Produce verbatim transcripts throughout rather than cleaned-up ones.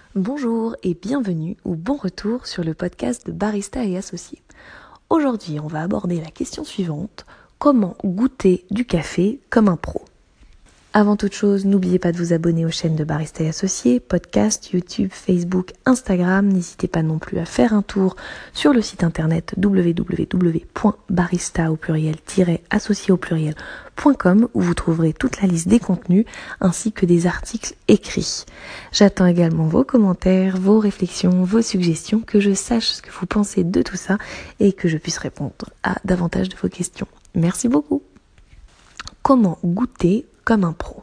Bonjour et bienvenue ou bon retour sur le podcast de Barista et Associés. Aujourd'hui, on va aborder la question suivante: comment goûter du café comme un pro? Avant toute chose, n'oubliez pas de vous abonner aux chaînes de Barista et Associés, podcast, YouTube, Facebook, Instagram. N'hésitez pas non plus à faire un tour sur le site internet w w w point barista au pluriel associé au pluriel point com où vous trouverez toute la liste des contenus ainsi que des articles écrits. J'attends également vos commentaires, vos réflexions, vos suggestions, que je sache ce que vous pensez de tout ça et que je puisse répondre à davantage de vos questions. Merci beaucoup. Comment goûter comme un pro?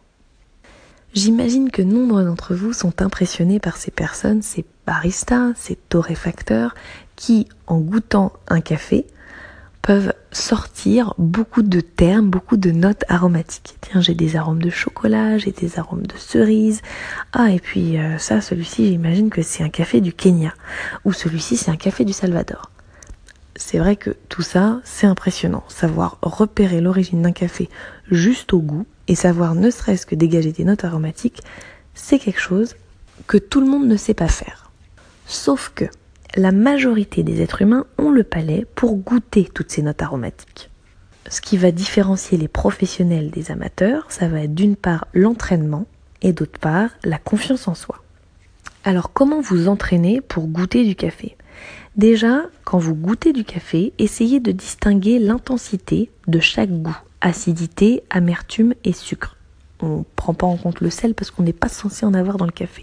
J'imagine que nombre d'entre vous sont impressionnés par ces personnes, ces baristas, ces torréfacteurs qui, en goûtant un café, peuvent sortir beaucoup de termes, beaucoup de notes aromatiques. Tiens, j'ai des arômes de chocolat, j'ai des arômes de cerise. Ah, et puis euh, ça, celui-ci, j'imagine que c'est un café du Kenya. Ou celui-ci, c'est un café du Salvador. C'est vrai que tout ça, c'est impressionnant. Savoir repérer l'origine d'un café juste au goût et savoir ne serait-ce que dégager des notes aromatiques, c'est quelque chose que tout le monde ne sait pas faire. Sauf que la majorité des êtres humains ont le palais pour goûter toutes ces notes aromatiques. Ce qui va différencier les professionnels des amateurs, ça va être d'une part l'entraînement et d'autre part la confiance en soi. Alors comment vous entraîner pour goûter du café ? Déjà, quand vous goûtez du café, essayez de distinguer l'intensité de chaque goût, acidité, amertume et sucre. On ne prend pas en compte le sel parce qu'on n'est pas censé en avoir dans le café.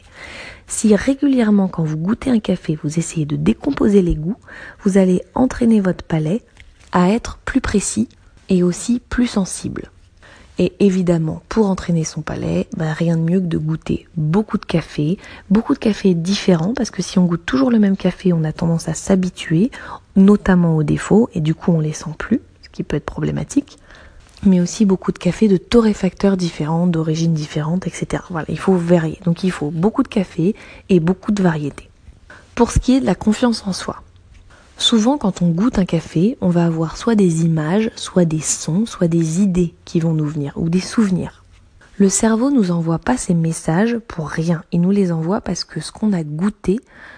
Si régulièrement, quand vous goûtez un café, vous essayez de décomposer les goûts, vous allez entraîner votre palais à être plus précis et aussi plus sensible. Et évidemment, pour entraîner son palais, bah rien de mieux que de goûter beaucoup de café, beaucoup de cafés différents, parce que si on goûte toujours le même café, on a tendance à s'habituer, notamment aux défauts, et du coup on les sent plus, ce qui peut être problématique. Mais aussi beaucoup de cafés de torréfacteurs différents, d'origines différentes, et cetera. Voilà, il faut varier. Donc il faut beaucoup de café et beaucoup de variétés. Pour ce qui est de la confiance en soi, souvent, quand on goûte un café, on va avoir soit des images, soit des sons, soit des idées qui vont nous venir, ou des souvenirs. Le cerveau nous envoie pas ces messages pour rien. Il nous les envoie parce que ce qu'on a goûté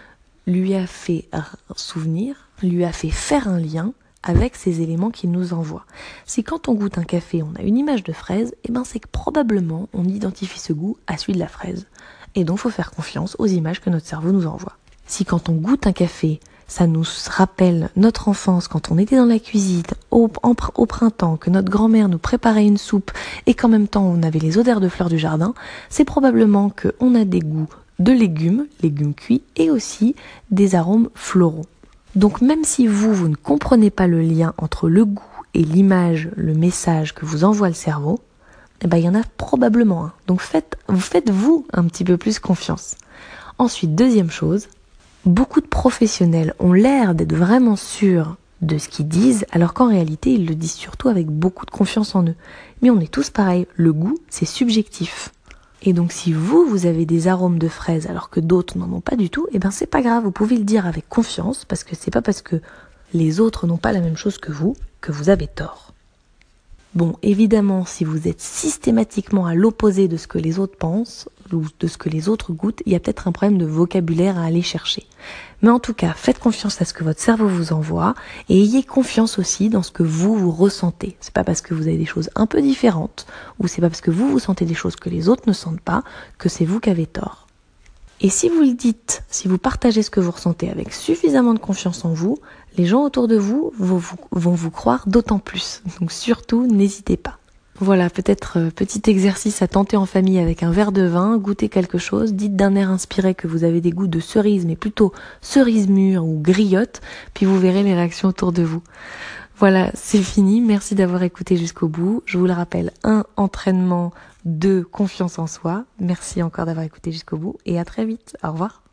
lui a fait souvenir, lui a fait faire un lien avec ces éléments qu'il nous envoie. Si quand on goûte un café, on a une image de fraise, eh ben c'est que probablement on identifie ce goût à celui de la fraise. Et donc, il faut faire confiance aux images que notre cerveau nous envoie. Si quand on goûte un café, ça nous rappelle notre enfance quand on était dans la cuisine au, en, au printemps, que notre grand-mère nous préparait une soupe et qu'en même temps on avait les odeurs de fleurs du jardin, c'est probablement qu'on a des goûts de légumes, légumes cuits et aussi des arômes floraux. Donc même si vous, vous ne comprenez pas le lien entre le goût et l'image, le message que vous envoie le cerveau, eh ben, il y en a probablement un. Donc faites, faites-vous un petit peu plus confiance. Ensuite, deuxième chose, beaucoup de professionnels ont l'air d'être vraiment sûrs de ce qu'ils disent, alors qu'en réalité, ils le disent surtout avec beaucoup de confiance en eux. Mais on est tous pareils, le goût, c'est subjectif. Et donc si vous, vous avez des arômes de fraises alors que d'autres n'en ont pas du tout, eh ben c'est pas grave, vous pouvez le dire avec confiance, parce que c'est pas parce que les autres n'ont pas la même chose que vous, que vous avez tort. Bon, évidemment, si vous êtes systématiquement à l'opposé de ce que les autres pensent, ou de ce que les autres goûtent, il y a peut-être un problème de vocabulaire à aller chercher. Mais en tout cas, faites confiance à ce que votre cerveau vous envoie, et ayez confiance aussi dans ce que vous, vous ressentez. C'est pas parce que vous avez des choses un peu différentes, ou c'est pas parce que vous, vous sentez des choses que les autres ne sentent pas, que c'est vous qui avez tort. Et si vous le dites, si vous partagez ce que vous ressentez avec suffisamment de confiance en vous, les gens autour de vous vont vous, vont vous croire d'autant plus. Donc surtout, n'hésitez pas. Voilà, peut-être euh, petit exercice à tenter en famille avec un verre de vin, goûtez quelque chose, dites d'un air inspiré que vous avez des goûts de cerise, mais plutôt cerise mûre ou griotte, puis vous verrez les réactions autour de vous. Voilà, c'est fini, merci d'avoir écouté jusqu'au bout. Je vous le rappelle, un, entraînement, deux, confiance en soi. Merci encore d'avoir écouté jusqu'au bout et à très vite. Au revoir.